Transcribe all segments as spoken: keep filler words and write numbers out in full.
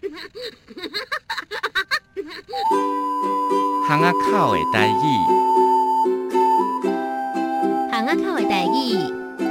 巷仔口的台语， 巷仔口的台语。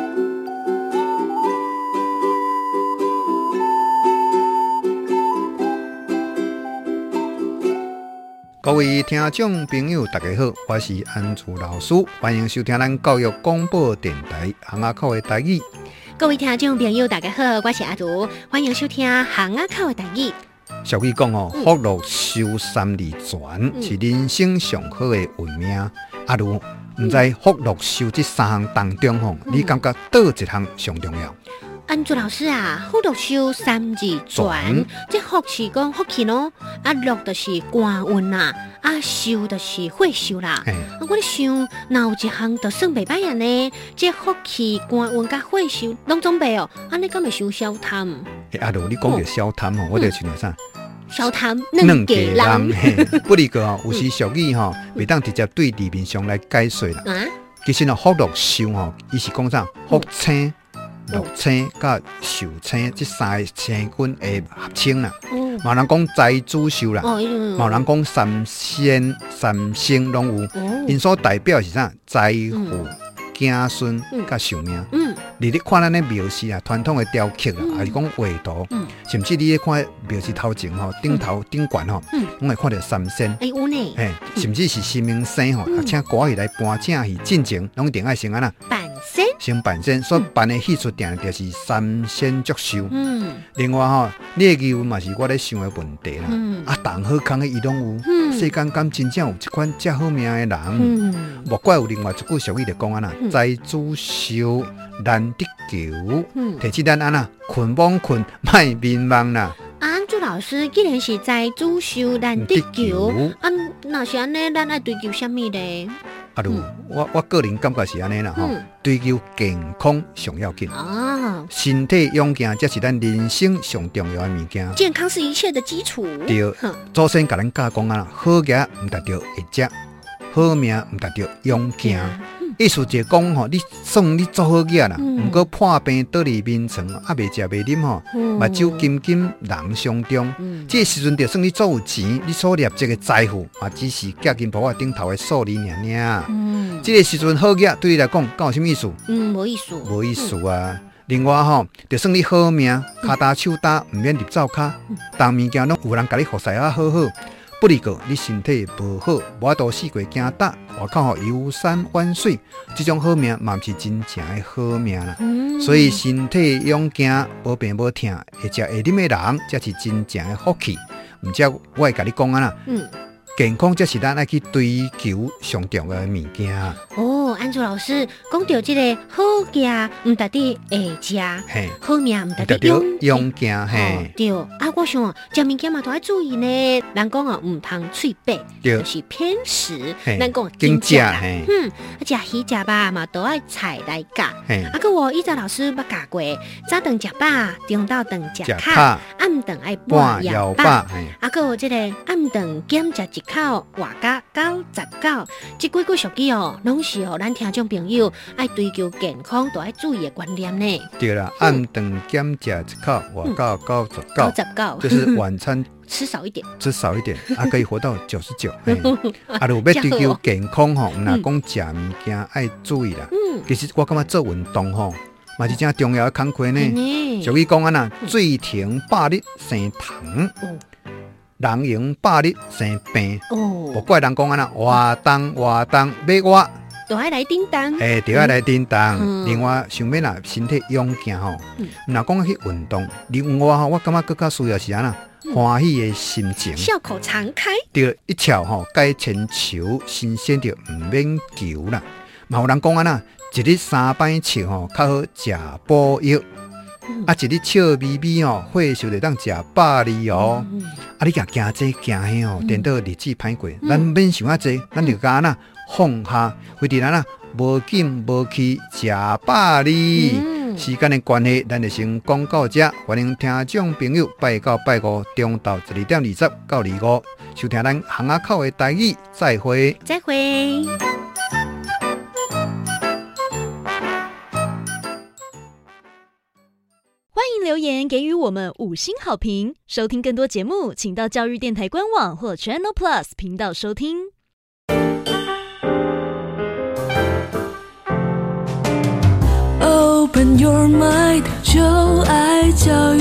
各位听众朋友，大家好，我是安祖老师，欢迎收听咱教育广播电台巷仔口的台语。 各位听众朋友，大家好，我是阿祖，欢迎收听巷仔口的台语。 俗语讲哦，福禄寿三字全是人生上好的运命。阿如唔知福禄寿这三项当中吼，你感觉倒一项上重要？ 安祖老师啊，福禄寿三字全，这福是讲福气咯，啊禄就是官运啦，啊寿就是岁寿啦。啊，我咧想，哪有一项就算袂歹啊呢？这福气、官运甲岁寿拢总袂哦，安尼敢会伤消贪？ 阿如你讲到消贪吼，我就想到啥？ 消贪软家人， 不离个哦，有时俗语吼，袂当直接对字面上来解说啦。其实呢，福禄寿吼，伊是讲啥？福星、禄星甲寿星这三个星君的合称啦。嘛有人讲财主寿啦，嘛有人讲三仙、三星拢有，因所代表是啥？财富、子孙甲寿命。你咧看咱咧庙寺啊，传统的雕刻啦，还是讲画图，甚至你咧看庙寺头前吼，顶头顶冠吼，拢会看到三仙。 哎有呢， 嘿，甚至是神明生吼，啊，请歌戏来搬正戏进前，拢一定爱先安那扮仙， 先扮仙，所扮的戏出定就是三仙祝寿。嗯，另外吼，你的疑问嘛是我咧想的问题啦。嗯，啊，同好康的伊拢有，嗯，世间敢真正有一款遮好命的人？嗯，莫怪有另外一句俗语就讲安那，财主寿。难得救，提起咱安那困罔困，卖迷茫啦。 安祖老师，既然是财主寿难得救，啊，那是安尼，咱爱追求什么呢？ 啊，如我我个人感觉是安尼啦吼，追求健康上要紧啊，身体勇健才是咱人生上重要的物件。 健康是一切的基础。 对，祖先甲咱教讲啊，好业唔达到会食，好命唔达到勇健。意思就是讲吼，你算你做好嘢啦，唔过破病倒入眠床，啊，未食未啉吼，目睭金金人伤中。这个时阵就算你做有钱，你所立这个财富嘛，只是夹金铺啊顶头的数字尔尔。嗯，这个时阵好嘢对你来讲，敢有什么意思？ 嗯，无意思。 无意思啊。另外吼，就算你好命，骹打手打唔免入灶骹，当物件拢有人甲你服侍啊，好好。不离个，你身体无好，无法度四过惊打，外口吼游山玩水，这种好命嘛，不是真正的好命啦。嗯、所以身体勇健，无病无痛，会食会啉的人，才是真正的福气。唔只我会甲你讲啊啦。嗯，健康才是咱爱去追求上重要的物件。 哦，安祖老师讲到这个好嘢，唔达得会食，好命唔达得勇健，嘿。 对，啊，我想食物件嘛都要注意呢。人讲啊，唔通脆白，就是偏食。咱讲经食， 嗯，啊，食鱼食肉嘛都爱菜来夹。啊，个我以前老师捌教过，早顿食饱，中昼顿食卡，暗顿爱半摇饱。啊，个有这个暗顿减食一口，外加九十九，这几句俗语哦，拢是互咱听众朋友爱追求健康都爱注意的观念呢。 对啦，暗顿减食一口，外加九十九，九十九就是晚餐吃少一点， 吃少一点，啊，可以活到九十九。啊，如果要追求健康吼，唔若讲食物件爱注意啦。其实我感觉做运动吼，嘛是真重要的工课呢。俗语讲啊呐，水停百日生虫。人用百日生病，哦，无怪人讲啊呐，活动活动要活， 都爱来叮当， 诶，就爱来叮当。嗯、另外，想要啦，身体勇健吼，若讲去运动，另外吼，我感觉更加需要是安那欢喜的心情， 笑口常开。 对，一跳吼，该千球，新鲜就唔免求啦。嘛有人讲啊呐，一日三摆笑吼，较好食补药。啊，一日笑眯眯哦，岁数就当食百里哦。嗯、啊，你若惊这惊迄哦，颠倒日子歹过，咱免想啊济，咱就甲那放下，非得咱啊无紧无气食百里。嗯、时间的关系，咱就先讲到这。欢迎听众朋友拜到拜五中昼十二点二十到二五，收听咱巷仔口的台语，再会， 再会。 欢迎留言给予我们五星好评。收听更多节目，请到教育电台官网或 Channel Plus 频道收听。 Open your mind， 就爱教育。